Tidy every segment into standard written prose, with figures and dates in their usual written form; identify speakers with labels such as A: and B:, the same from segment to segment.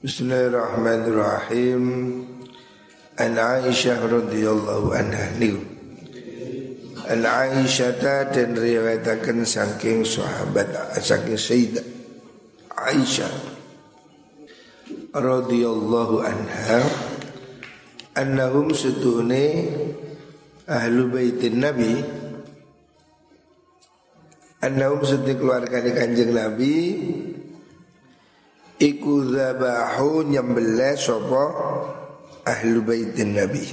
A: Bismillahirrahmanirrahim. An Aisyah radhiyallahu anha niku. An Aisyah dan riwayataken saking sahabat saking Sayyidah Aisyah radhiyallahu anha annahum sutune ahlu baitin Nabi, annahum sutune keluarga Kanjeng Nabi iku zabahu nyembelih sapa ahlu baitin Nabi,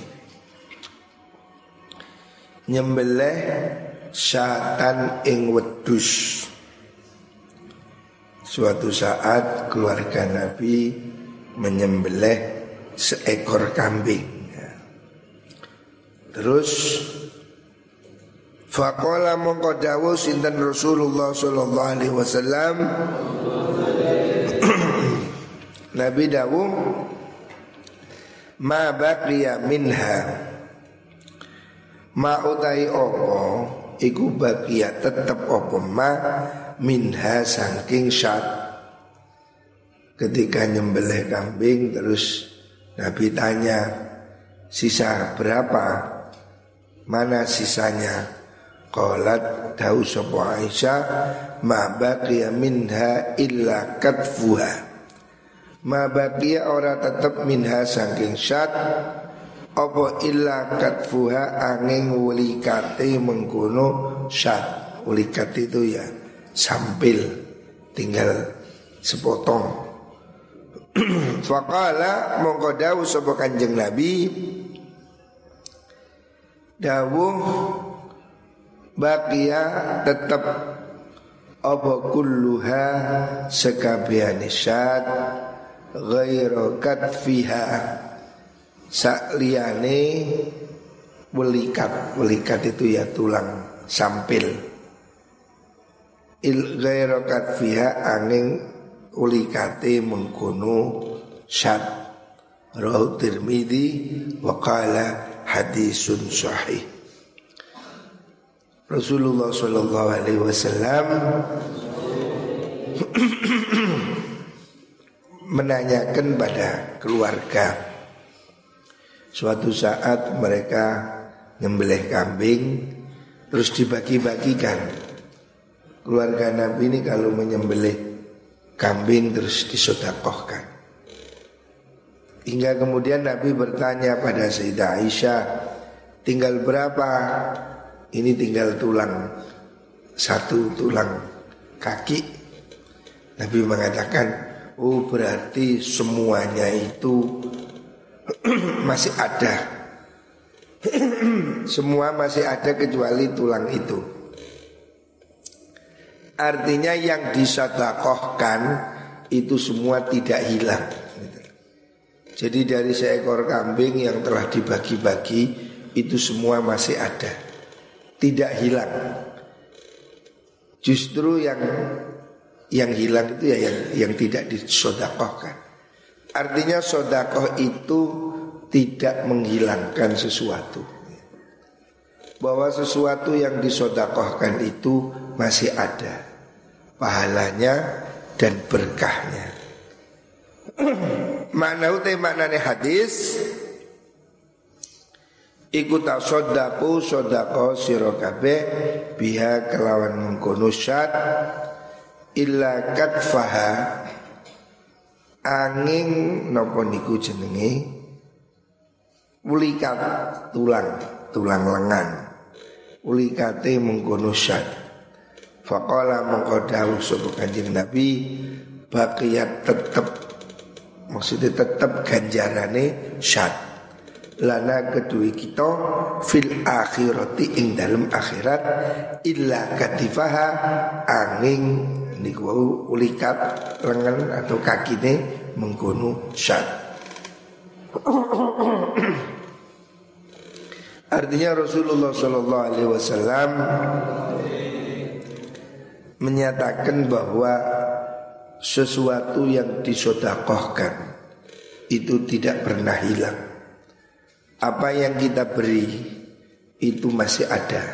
A: nyembelih syatan ing wedhus. Suatu saat keluarga Nabi menyembelih seekor kambing. Terus faqala mongko dawuh sinten Rasulullah sallallahu alaihi wasallam, Nabi dawuh, ma baqiya minha, ma utai opo iku baqiya tetep opo ma minha saking syat. Ketika nyembelih kambing terus Nabi tanya, sisa berapa? Mana sisanya? Qalat dawu sapa Aisyah, ma baqiya minha illa katfuha. Ma baqiya ora tetep minha saking syat apa illa katfuha angin wulikate mengkono syat. Wulikat itu ya sampil, tinggal sepotong. Faqala mongko dawuh sapa Kanjeng Nabi, dawuh baqiya tetep apa kulluha sekabehane syat ghairu katfiha sakliyane welikat. Welikat itu ya tulang sampil. Il ghairu katfiha angin ulikate mengkono syat. Rawahu Tirmidzi wa qala hadisun sahih. Rasulullah sallallahu alaihi wasallam menanyakan pada keluarga. Suatu saat mereka nyembelih kambing terus dibagi-bagikan. Keluarga Nabi ini kalau menyembelih kambing terus disedekahkan. Hingga kemudian Nabi bertanya pada Sayyidah Aisyah, tinggal berapa? Ini tinggal tulang, satu tulang kaki. Nabi mengatakan, oh berarti semuanya itu masih ada. Semua masih ada kecuali tulang itu. Artinya yang disedekahkan itu semua tidak hilang. Jadi dari seekor kambing yang telah dibagi-bagi itu semua masih ada, tidak hilang. Justru yang hilang itu ya yang tidak disedekahkan. Artinya sedekah itu tidak menghilangkan sesuatu. Bahwa sesuatu yang disedekahkan itu masih ada pahalanya dan berkahnya. Maknane hadis iku tasaddaqu sedekah sira kabeh biha kelawan mengkono syat illa katfaha angin napa niku jenenge ulikat tulang lengan ulikate mengkono syat. Faqala mongko dawuh sapa Kanjeng Nabi, baqiyat tetep, maksudnya tetep ganjarane syat lana kedua kita fil akhirati ing dalam akhirat illa katifaha angin niku ulikat lengan atau kakine mengkono syat. Artinya Rasulullah sallallahu alaihi wasallam menyatakan bahwa sesuatu yang disedekahkan itu tidak pernah hilang. Apa yang kita beri itu masih ada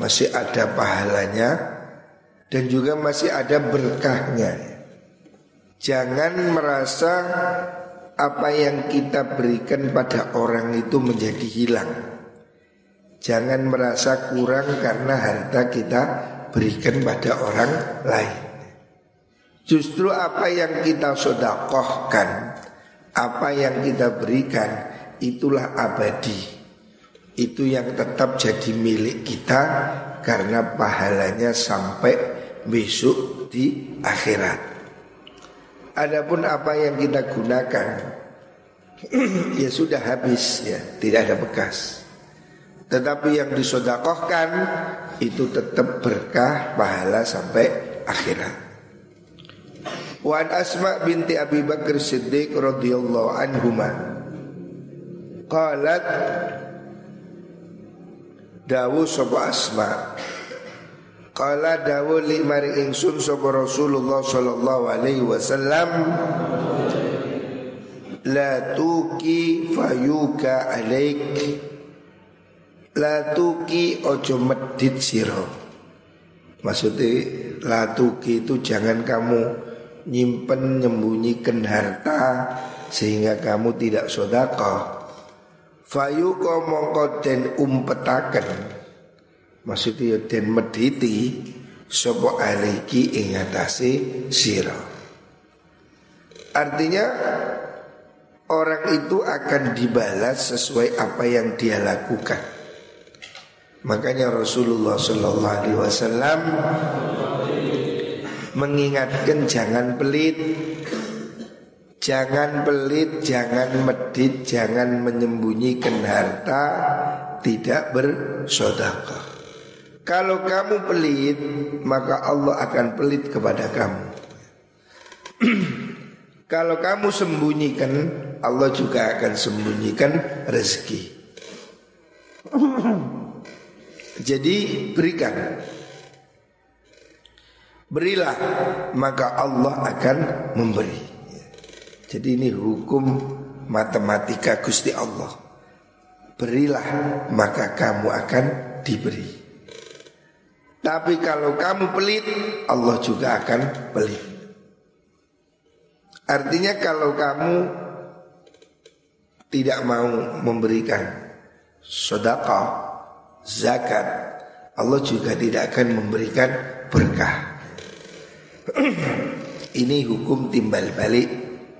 A: pahalanya dan juga masih ada berkahnya. Jangan merasa apa yang kita berikan pada orang itu menjadi hilang. Jangan merasa kurang karena harta kita berikan pada orang lain. Justru apa yang kita sedekahkan, apa yang kita berikan, itulah abadi. Itu yang tetap jadi milik kita karena pahalanya sampai besok di akhirat. Adapun apa yang kita gunakan ya sudah habis ya, tidak ada bekas. Tetapi yang disedekahkan itu tetap berkah pahala sampai akhirat. Wa an Asma binti Abi Bakar Siddiq radhiyallahu anhuma qalat dawu sapa Asma qala dawu li mari ingsun sapa Rasulullah sallallahu alaihi wasallam la tuki fayuka alaik, la tuki ojo medit siro. Maksudnya la tuki itu jangan kamu nyimpen nyembunyikan harta sehingga kamu tidak sedekah. Fayuka mongko den umpetaken, maksudnya den mediti sapa alaiki ing atase sira. Artinya orang itu akan dibalas sesuai apa yang dia lakukan. Makanya Rasulullah sallallahu alaihi wasallam mengingatkan jangan pelit. Jangan pelit, jangan medit, jangan menyembunyikan harta, tidak bersedekah. Kalau kamu pelit, maka Allah akan pelit kepada kamu. Kalau kamu sembunyikan, Allah juga akan sembunyikan rezeki. Jadi berikan, berilah, maka Allah akan memberi. Jadi ini hukum matematika Gusti Allah. Berilah maka kamu akan diberi. Tapi kalau kamu pelit, Allah juga akan pelit. Artinya kalau kamu tidak mau memberikan sedekah, zakat, Allah juga tidak akan memberikan berkah. Ini hukum timbal balik.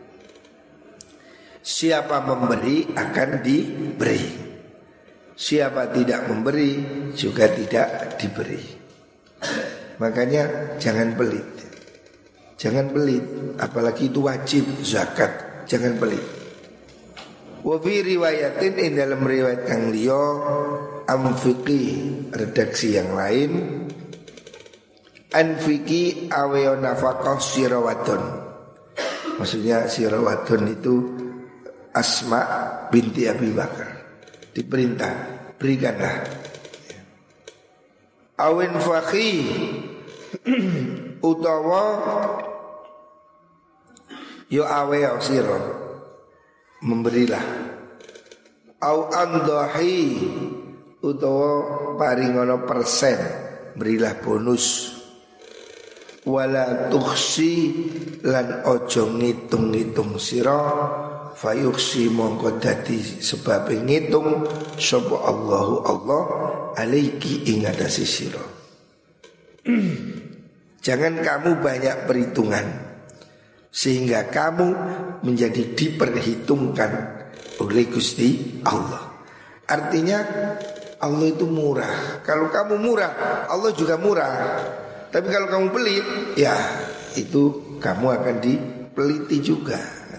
A: Siapa memberi akan diberi. Siapa tidak memberi juga tidak diberi. Makanya jangan pelit. Jangan pelit, apalagi itu wajib zakat, jangan pelit. Wa fi riwayatin in dalam riwayat kang liya amfiqi redaksi yang lain anfiqi awe nafaqah sirawadon. Maksudnya sirawadon itu Asma binti Abi Bakar, diperintah berikanlah. Awin fakhi utawa yo awe sira memberilah. Au andahi utawa paringono persen, berilah bonus. Wala tukhsi lan ojo ngitung-ngitung sira fayuksi mongko dadi sebab ngitung sapa Allahu Allah alaiki ing atase sira. Jangan kamu banyak perhitungan sehingga kamu menjadi diperhitungkan oleh Gusti Allah. Artinya Allah itu murah. Kalau kamu murah, Allah juga murah. Tapi kalau kamu pelit, ya itu kamu akan dipeliti juga.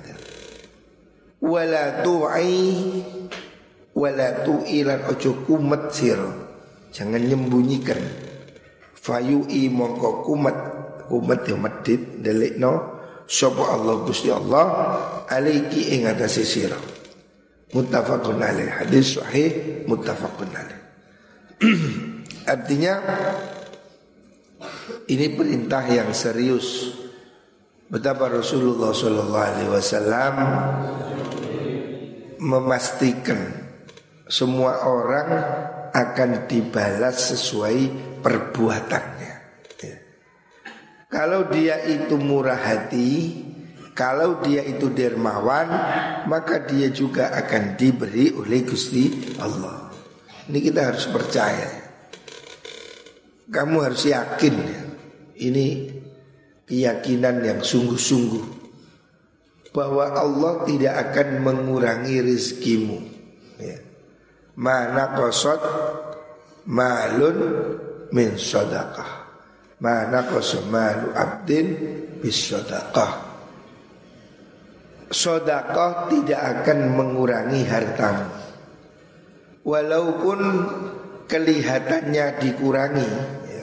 A: Wala tu'i wala tu'ilan ojo kumet sira, jangan nyembunyikan. Fayu'i mongko kumet ya medit delikno sapa Allah Gusti Allah alaiki ing atase sira. Muttafaqun alaih, hadis sahih muttafaqun alaih. Artinya ini perintah yang serius. Betapa Rasulullah sallallahu alaihi wasallam memastikan semua orang akan dibalas sesuai perbuatannya. Kalau dia itu murah hati, Kalau dia itu dermawan, maka dia juga akan diberi oleh Gusti Allah. Ini kita harus percaya. Kamu harus yakin ya. Ini keyakinan yang sungguh-sungguh bahwa Allah tidak akan mengurangi rezekimu ya. Mana qasad malun min sadaqah, mana qasad malu abdin bis sadaqah. Sedekah tidak akan mengurangi hartamu, walaupun kelihatannya dikurangi ya.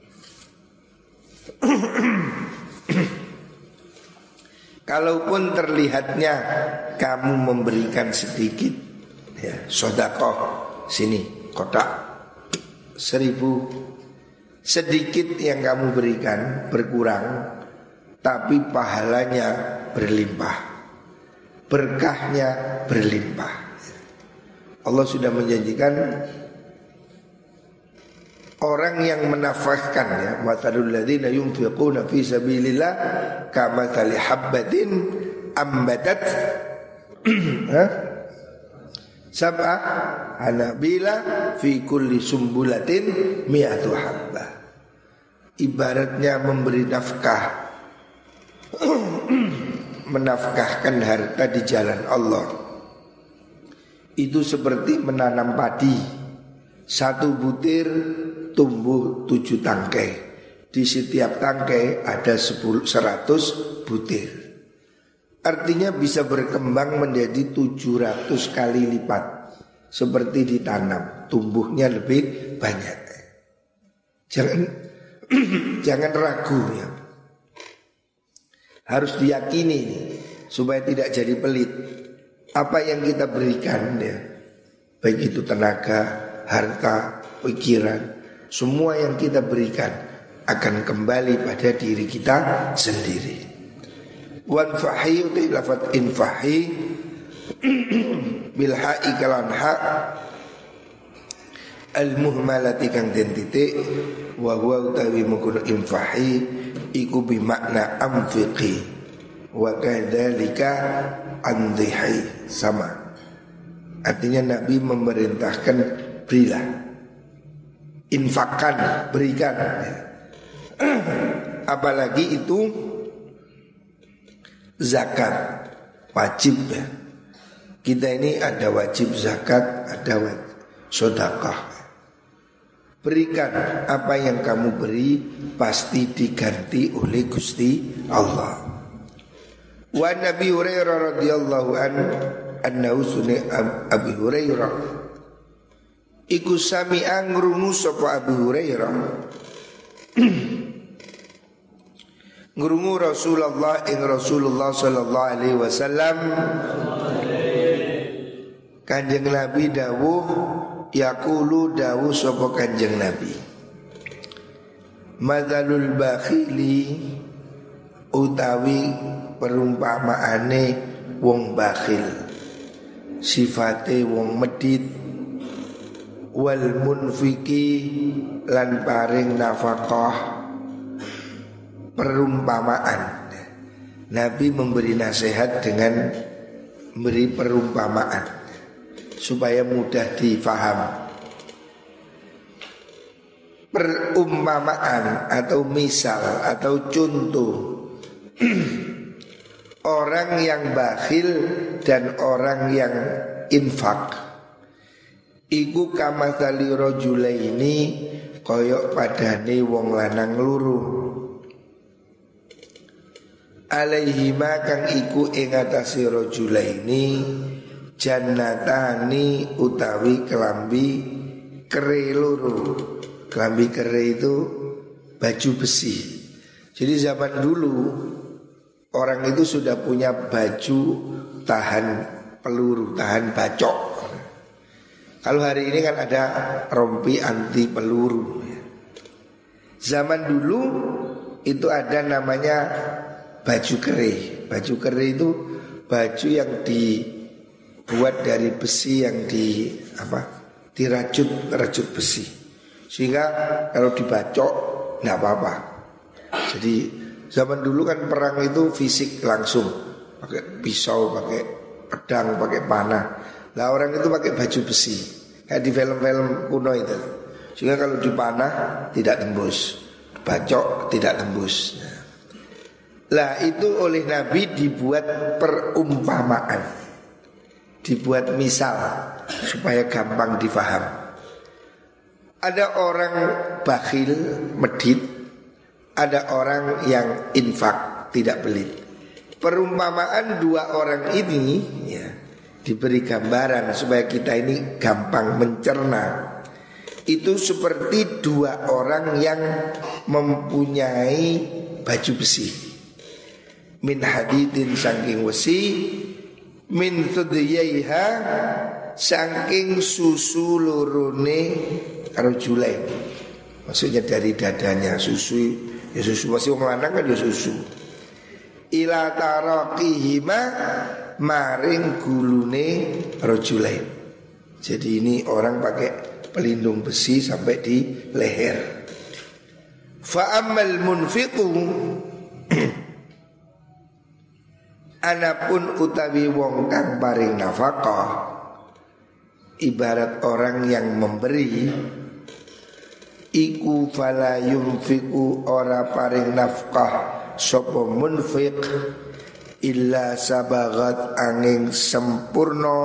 A: Kalaupun terlihatnya kamu memberikan sedikit ya, sedekah sini kotak 1.000, sedikit yang kamu berikan berkurang, tapi pahalanya berlimpah, berkahnya berlimpah. Allah sudah menjanjikan orang yang menafkahkan ya, matalul ladzina yunfiquna fi sabilillah kamathali habbatin ambatat sab'a hanabila fi kulli sumbulatin mi'atu habbah. Ibaratnya memberi nafkah, menafkahkan harta di jalan Allah, itu seperti menanam padi. Satu butir tumbuh 7 tangkai. Di setiap tangkai ada 100 butir. Artinya bisa berkembang menjadi 700 kali lipat. Seperti ditanam, tumbuhnya lebih banyak. Jangan ragu ya. Harus diyakini nih, supaya tidak jadi pelit. Apa yang kita berikan ya, baik itu tenaga, harta, pikiran, semua yang kita berikan akan kembali pada diri kita sendiri. Wanfahi uti lafat infahi bilha'i kalan ha al-muhmalati kang den titik wa huwa utawi mungkun infahi iku bimakna amfiqi wa kadzalika andhihi, sama. Artinya Nabi memerintahkan berilah, infakkan, berikan. Apalagi itu zakat wajib ya. Kita ini ada wajib zakat, ada wajib sedekah. Berikan, apa yang kamu beri pasti diganti oleh Gusti Allah. Wa Nabi Hurairah radhiyallahu anhu sunni Abi Hurairah iku sami'a ngrungu sapa Abu Hurairah ngrungu Rasulullah ing Rasulullah sallallahu alaihi wasallam Kanjeng Nabi dawuh yaqulu dawuh sapa Kanjeng Nabi madzalul bakhili utawi perumpamaane wong bakhil, sifate wong medit, wal munfiki lan paring nafkah. Perumpamaan, Nabi memberi nasihat dengan memberi perumpamaan supaya mudah difaham. Perumpamaan atau misal atau contoh orang yang bakhil dan orang yang infak iku kamathali rajulaini koyok padane wong lanang loro alaihima kang iku ing atase rajulaini jannatani utawi kelambi kere loro. Kelambi kere itu baju besi. Jadi zaman dulu orang itu sudah punya baju tahan peluru, tahan bacok. Kalau hari ini kan ada rompi anti peluru. Zaman dulu itu ada namanya baju kere. Baju kere itu baju yang dibuat dari besi yang dirajut besi. Sehingga kalau dibacok nggak apa-apa. Jadi Zaman dulu kan perang itu fisik langsung, pakai pisau, pakai pedang, pakai panah. Lah orang itu pakai baju besi, kayak di film-film kuno itu. Sehingga kalau dipanah tidak tembus, bacok tidak tembus. Lah itu oleh Nabi dibuat perumpamaan, dibuat misal supaya gampang difaham. Ada orang bakhil, medit, ada orang yang infak, tidak pelit. Perumpamaan dua orang ini ya, diberi gambaran supaya kita ini gampang mencerna. Itu seperti dua orang yang mempunyai baju besi. Min hadidin saking wesi, min thudiyaiha saking susu lurune karo julai. Maksudnya dari dadanya susu, ya susu masih wong lanang kan ya susu. Ila taraqihima maring gulune rajulain. Jadi ini orang pakai pelindung besi sampai di leher. Fa ammal munfiqu anapun utawi wong kang paring nafkah, ibarat orang yang memberi, iku fala yunfiqu ora paring nafkah sapa munfiq illa sabagat angin sempurna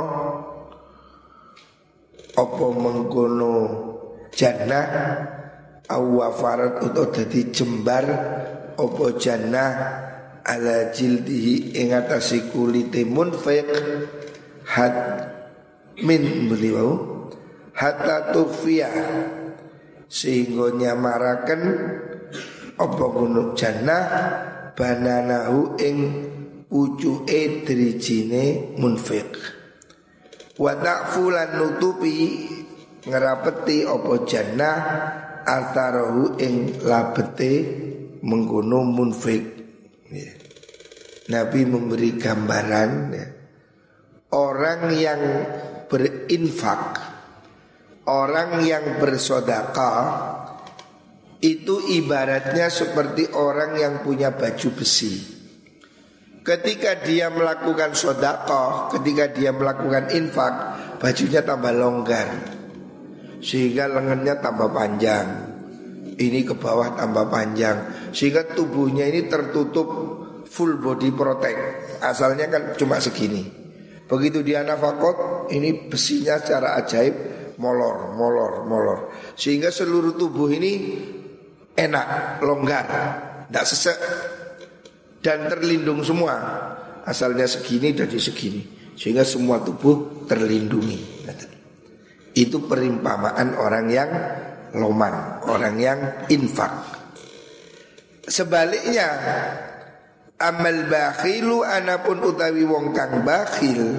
A: apa mengkono jannah awafarat utawa dadi jembar apa jannah ala jildihi ing atase kulite munfiq had min beliau hatta tufiya sehingga nyamaraken apa gunung jannah bananahu ing pucuke drijine munfiq wa ta'fulan nutupi ngerapeti apa jannah atarahu ing labete mengkono munfiq. Nabi memberi gambaran ya, orang yang berinfak, orang yang bersedekah itu ibaratnya seperti orang yang punya baju besi. Ketika dia melakukan sedekah, ketika dia melakukan infak, bajunya tambah longgar, sehingga lengannya tambah panjang, ini ke bawah tambah panjang, sehingga tubuhnya ini tertutup full body protect. Asalnya kan cuma segini. Begitu dia nafakot, ini besinya secara ajaib molor, sehingga seluruh tubuh ini enak, longgar, tidak sesek dan terlindung semua. Asalnya segini jadi segini, sehingga semua tubuh terlindungi. Itu perimpamaan orang yang loman, orang yang infak. Sebaliknya, amal bakhilu anapun utawi wong kang bakhil,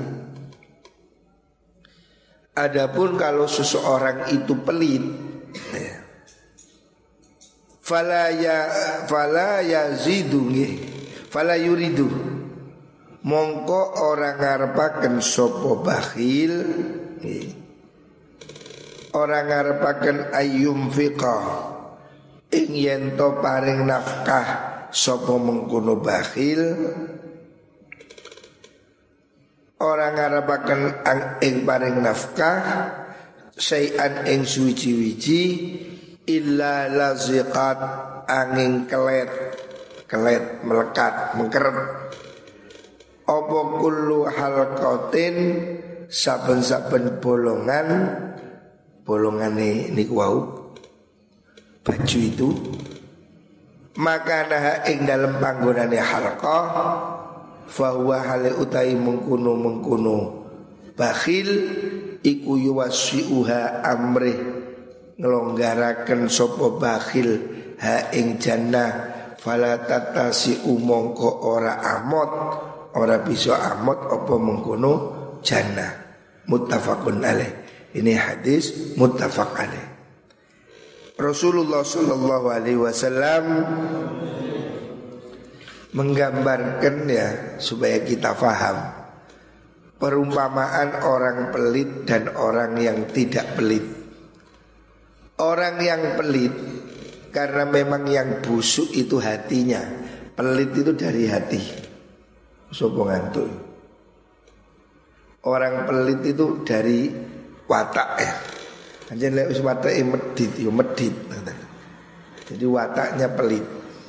A: adapun kalau seseorang itu pelit, fala yuridu mongko orang ngarepaken sapa bakhil, orang ngarepaken ayyum fiqah ing yen to paring nafkah sapa mengkono bakhil, orang ngarepaken ing paring nafkah sayan ing suwi-wiji illa laziqat angin kelet melekat mengkeret apa kullu halqatin saben-saben bolongane niku wau baju itu, maka nah ing dalem panggonane halqah fahuwa hale utai mengkuno bakhil iku yuwasiuha amrih ngelonggaraken sapa bakhil ha ing jannah fala tatasi umongko ora amot, ora bisa amot apa mengkono jannah. Muttafaqun alaih. Ini hadis muttafaq alaih. Rasulullah sallallahu alaihi wasallam menggambarkan ya supaya kita faham perumpamaan orang pelit dan orang yang tidak pelit. Orang yang pelit karena memang yang busuk itu hatinya, Pelit itu dari hati. Sopo ngantuk. Orang pelit itu dari watak ya. Anjen lek wis watake medit yo medit. Jadi wataknya pelit.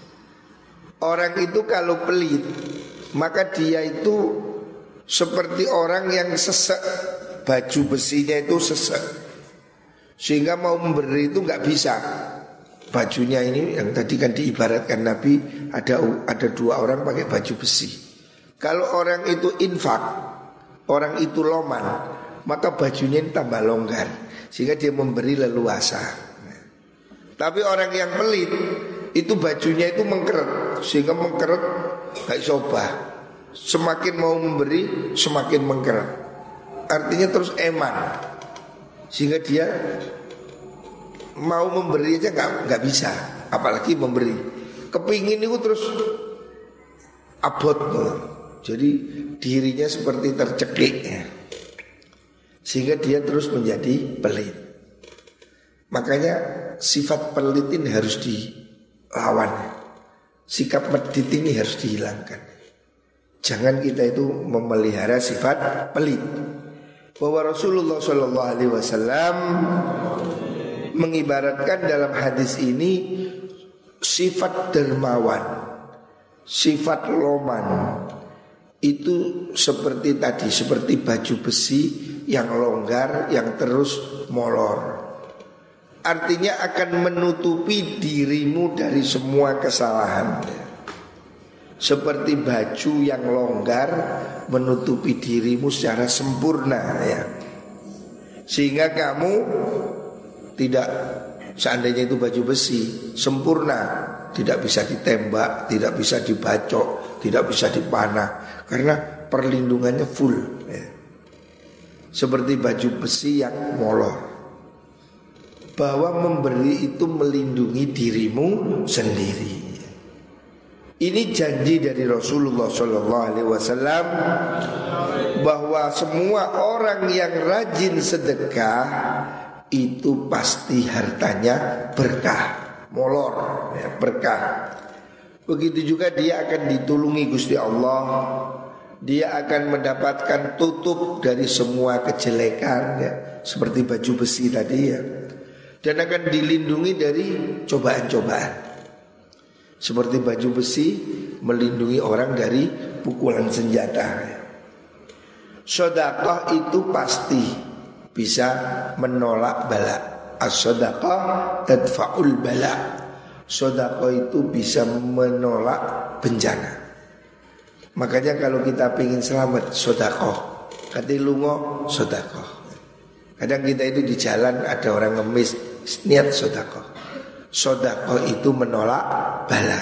A: Orang itu kalau pelit, maka dia itu seperti orang yang sesek. Baju besinya itu sesek, sehingga mau memberi itu nggak bisa. Bajunya ini yang tadi kan diibaratkan Nabi, ada dua orang pakai baju besi. Kalau orang itu infak, orang itu loman, maka bajunya ini tambah longgar, sehingga dia memberi leluasa. Tapi orang yang pelit itu bajunya itu mengkeret, sehingga mengkeret gak coba. Semakin mau memberi semakin mengkeret. Artinya terus eman, sehingga dia mau memberi aja nggak bisa, apalagi memberi. Kepingin itu terus abot, jadi dirinya seperti tercekik ya. Sehingga dia terus menjadi pelit. Makanya sifat pelit ini harus dilawan. Sikap medit ini harus dihilangkan. Jangan kita itu memelihara sifat pelit. Bahwa Rasulullah SAW mengibaratkan dalam hadis ini sifat dermawan, sifat loman itu seperti tadi, seperti baju besi yang longgar, yang terus molor. Artinya akan menutupi dirimu dari semua kesalahan. Seperti baju yang longgar menutupi dirimu secara sempurna ya. Sehingga kamu tidak, seandainya itu baju besi, sempurna, tidak bisa ditembak, tidak bisa dibacok, tidak bisa dipanah, karena perlindungannya full ya. Seperti baju besi yang molor. Bahwa memberi itu melindungi dirimu sendiri. Ini janji dari Rasulullah SAW bahwa semua orang yang rajin sedekah itu pasti hartanya berkah, molor ya, berkah. Begitu juga dia akan ditulungi Gusti Allah. Dia akan mendapatkan tutup dari semua kejelekan ya, seperti baju besi tadi ya. Dan akan dilindungi dari cobaan-cobaan. Seperti baju besi melindungi orang dari pukulan senjata. Sedekah itu pasti bisa menolak bala. As-sedekah tadfa'ul bala. Sedekah itu bisa menolak bencana. Makanya kalau kita ingin selamat, sedekah. Kati lungo, sedekah. Kadang kita itu di jalan ada orang ngemis, niat sedekah. Sedekah itu menolak bala.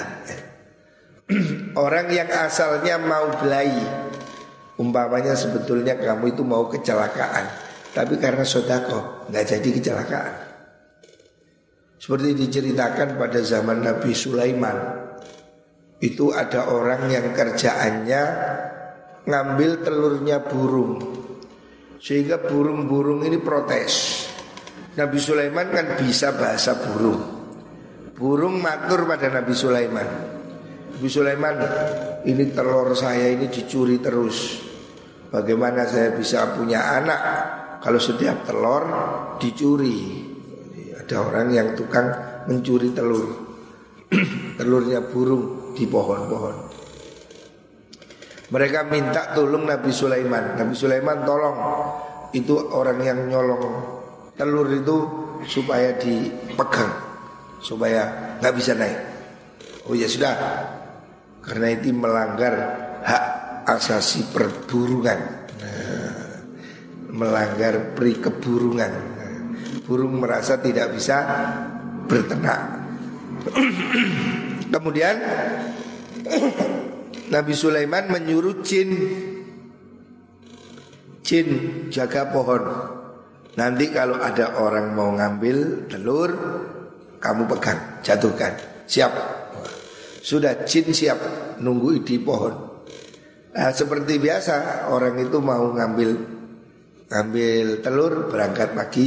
A: Orang yang asalnya mau belai, umpamanya sebetulnya kamu itu mau kecelakaan, tapi karena sedekah nggak jadi kecelakaan. Seperti diceritakan pada zaman Nabi Sulaiman, itu ada orang yang kerjaannya ngambil telurnya burung, sehingga burung-burung ini protes. Nabi Sulaiman kan bisa bahasa burung. Burung matur pada Nabi Sulaiman, Nabi Sulaiman, ini telur saya ini dicuri terus. Bagaimana saya bisa punya anak kalau setiap telur dicuri? Ada orang yang tukang mencuri telur. Telurnya burung di pohon-pohon. Mereka minta tolong Nabi Sulaiman. Nabi Sulaiman tolong itu orang yang nyolong telur itu supaya dipegang, supaya nggak bisa naik. Oh ya sudah, karena itu melanggar hak asasi perburungan, melanggar perikeburungan. Burung merasa tidak bisa berternak. Kemudian Nabi Sulaiman menyuruh jin jaga pohon. Nanti kalau ada orang mau ngambil telur, kamu pegang, jatuhkan. Siap. Sudah, jin siap nunggu di pohon. Nah, seperti biasa orang itu mau ngambil telur, berangkat pagi.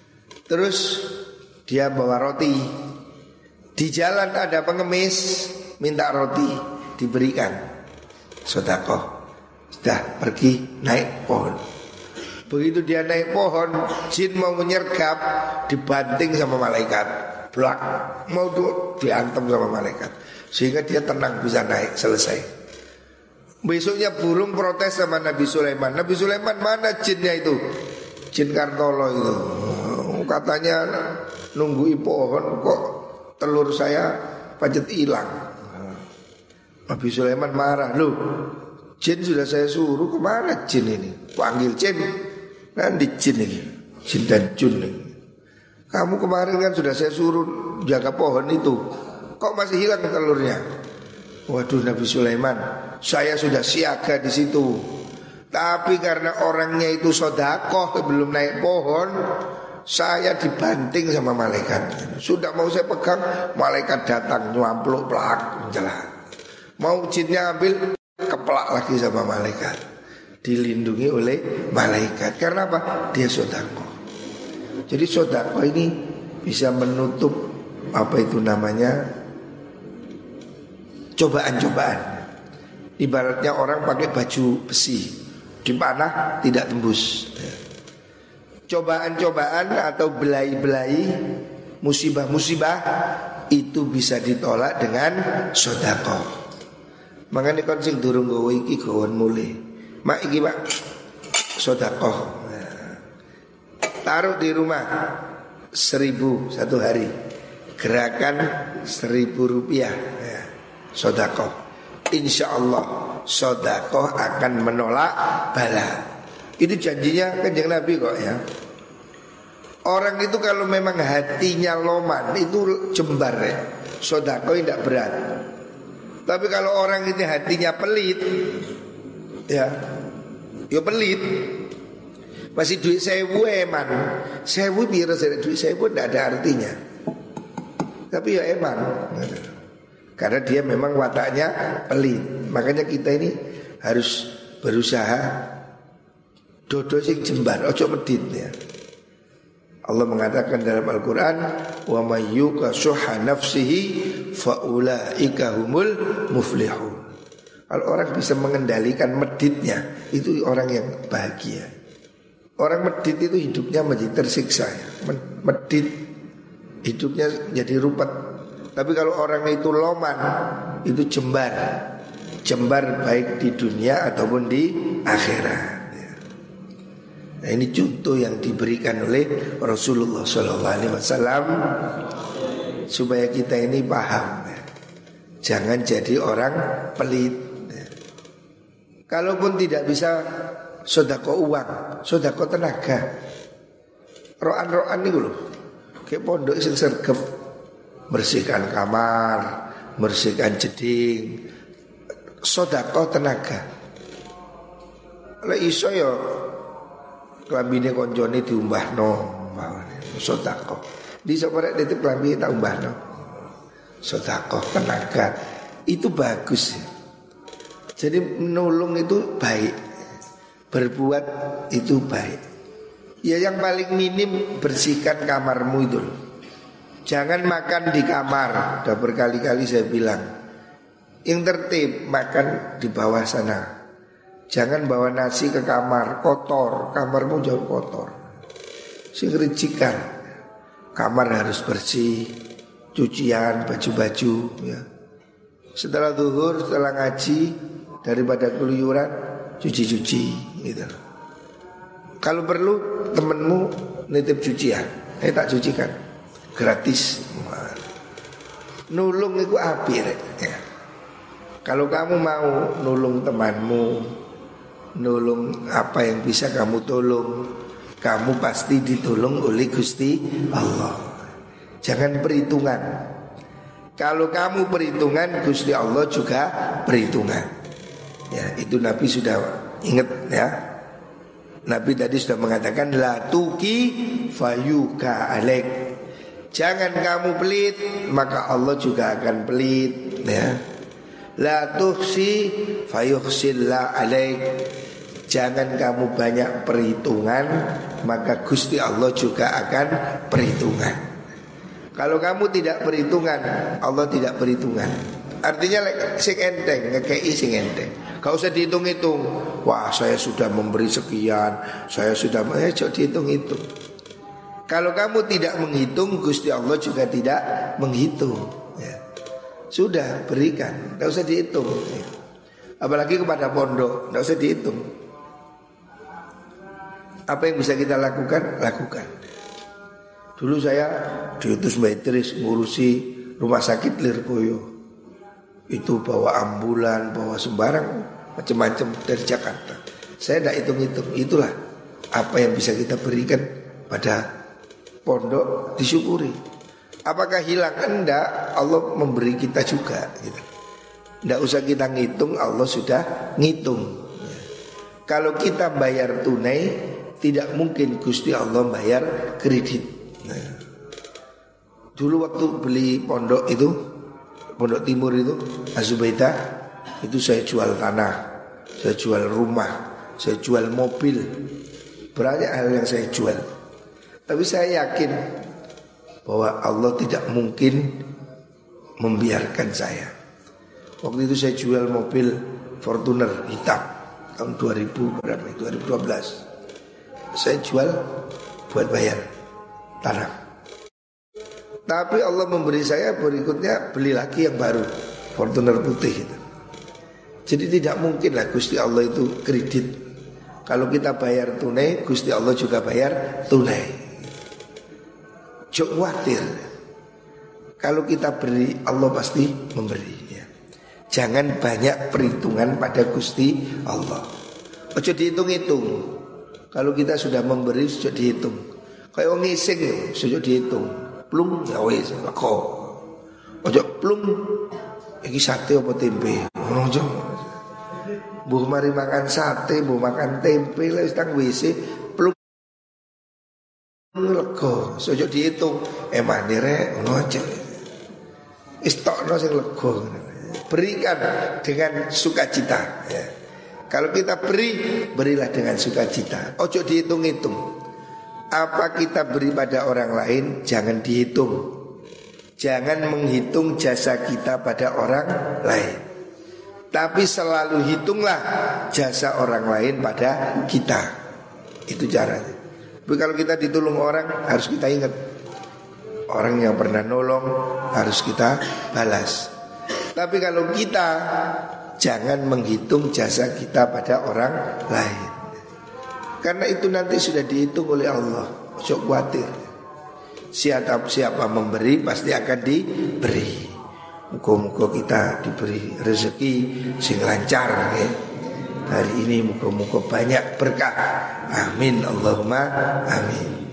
A: Terus dia bawa roti. Di jalan ada pengemis, minta roti, diberikan sedekah. Sudah pergi naik pohon. Begitu dia naik pohon, jin mau menyergap, dibanting sama malaikat. Blak, mau diantem sama malaikat. Sehingga dia tenang bisa naik, selesai. Besoknya burung protes sama Nabi Sulaiman. Nabi Sulaiman, mana jinnya itu? Jin Kartolo itu. Katanya nunggui pohon, kok telur saya pancet hilang. Nabi Sulaiman marah. Loh, jin sudah saya suruh, kemana jin ini? Panggil jin. Nanti jin ini, jin dan jun ini. Kamu kemarin kan sudah saya suruh jaga pohon itu, kok masih hilang telurnya? Waduh Nabi Sulaiman, saya sudah siaga di situ. Tapi karena orangnya itu sedekah belum naik pohon, saya dibanting sama malaikat. Sudah mau saya pegang, malaikat datang nyampluk plak jalan. Mau jinnya ambil, keplak lagi sama malaikat. Dilindungi oleh malaikat. Karena apa? Dia sedekah. Jadi sedekah ini bisa menutup apa itu namanya, cobaan-cobaan. Ibaratnya orang pakai baju besi, dipanah tidak tembus. Cobaan-cobaan atau belai-belai, musibah-musibah itu bisa ditolak dengan sedekah. Makanya kon sing durung gowo iki gowon mulih. Mak iki Pak, sedekah. Taruh di rumah 1.000 satu hari, gerakan 1.000 rupiah ya, sedekah. Insya Allah sedekah akan menolak bala. Itu janjinya Kanjeng Nabi kok ya. Orang itu kalau memang hatinya loman itu jembar ya, sedekah tidak berat. Tapi kalau orang itu hatinya pelit, ya pelit. Masih duit 1.000 eman, 1.000 biar saya duit 1.000 tidak ada artinya. Tapi ya eman, karena dia memang wataknya pelit. Makanya kita ini harus berusaha dodo sing jembar, ojo medit ya. Allah mengatakan dalam Al-Quran, wa may yuqa shuhha nafsihi fa ulaika humul muflihun. Kalau orang bisa mengendalikan meditnya, itu orang yang bahagia. Orang medit itu hidupnya menjadi tersiksa ya. Medit hidupnya jadi rupat. Tapi kalau orang itu loman, itu jembar. Jembar baik di dunia ataupun di akhirat ya. Nah ini contoh yang diberikan oleh Rasulullah SAW supaya kita ini paham ya. Jangan jadi orang pelit ya. Kalaupun tidak bisa sedekah uang, sedekah tenaga. Roan-roan nih loh, kayak pondok sing sergep, bersihkan kamar, bersihkan jeding, sedekah tenaga. Lah iso ya klambine koncone diumbahno, sedekah. Di soporek itu klambine tak umbahno. Sedekah tenaga itu bagus ya. Jadi menolong itu baik. Berbuat itu baik. Ya yang paling minim bersihkan kamarmu itu. Jangan makan di kamar. Sudah berkali-kali saya bilang. Yang tertib makan di bawah sana. Jangan bawa nasi ke kamar, kotor. Kamarmu jauh kotor. Sing ricikan. Kamar harus bersih. Cucian, baju-baju ya. Setelah zuhur, setelah ngaji, daripada keluyuran, cuci-cuci gitu. Kalau perlu temenmu nitip cucian, tak cucikan gratis. Nulung itu api ya. Kalau kamu mau nulung temanmu, nulung apa yang bisa kamu tolong, kamu pasti ditolong oleh Gusti Allah. Jangan perhitungan. Kalau kamu perhitungan, Gusti Allah juga perhitungan. Ya, itu Nabi sudah ingat ya. Nabi tadi sudah mengatakan la tuki fayuka alaik. Jangan kamu pelit, maka Allah juga akan pelit ya. La tuhsi fayuhsilla alaik. Jangan kamu banyak perhitungan, maka Gusti Allah juga akan perhitungan. Kalau kamu tidak perhitungan, Allah tidak perhitungan. Artinya sing enteng, ngekei sing enteng. Gak usah dihitung-hitung. Wah, saya sudah memberi sekian, saya sudah coba dihitung-hitung. Kalau kamu tidak menghitung, Gusti Allah juga tidak menghitung ya. Sudah berikan, gak usah dihitung ya. Apalagi kepada pondok, gak usah dihitung. Apa yang bisa kita lakukan, lakukan. Dulu saya diutus Mbak Idris ngurusi rumah sakit Lirboyo. Itu bawa ambulan, bawa sembarang macam-macam dari Jakarta. Saya tidak hitung-hitung. Itulah apa yang bisa kita berikan pada pondok, disyukuri. Apakah hilang? Enggak, Allah memberi kita juga gitu. Enggak usah kita ngitung, Allah sudah ngitung. Kalau kita bayar tunai, tidak mungkin Gusti Allah bayar kredit. Dulu waktu beli pondok itu, Pondok Timur itu, Azubaidah, itu saya jual tanah, saya jual rumah, saya jual mobil. Banyak hal yang saya jual. Tapi saya yakin bahwa Allah tidak mungkin membiarkan saya. Waktu itu saya jual mobil Fortuner hitam tahun 2000 berapa? 2012. Saya jual buat bayar tanah. Tapi Allah memberi saya berikutnya beli lagi yang baru, Fortuner putih itu. Jadi tidak mungkin lah Gusti Allah itu kredit. Kalau kita bayar tunai, Gusti Allah juga bayar tunai. Jangan khawatir. Kalau kita beri, Allah pasti memberi ya. Jangan banyak perhitungan pada Gusti Allah. Ojo dihitung-hitung. Kalau kita sudah memberi, ojo dihitung. Kayak orang ngising, ojo dihitung. Plung ya wis leko. Ojo plung iki sate apa tempe. Ngono aja. Mbuh mari makan sate, mbuh makan tempe wis tang WC plung leko. Ojo dihitung emane rek ngono aja. Istokno sing lego. Berikan dengan sukacita ya. Kalau kita beri, berilah dengan sukacita. Ojo dihitung-hitung. Apa kita beri pada orang lain jangan dihitung. Jangan menghitung jasa kita pada orang lain. Tapi selalu hitunglah jasa orang lain pada kita. Itu caranya. Tapi kalau kita ditolong orang, harus kita ingat orang yang pernah nolong harus kita balas. Tapi kalau kita jangan menghitung jasa kita pada orang lain. Karena itu nanti sudah dihitung oleh Allah. Jangan khawatir. Siapa memberi pasti akan diberi. Muka-muka kita diberi rezeki sing lancar ya. Hari ini muka-muka banyak berkah. Amin Allahumma amin.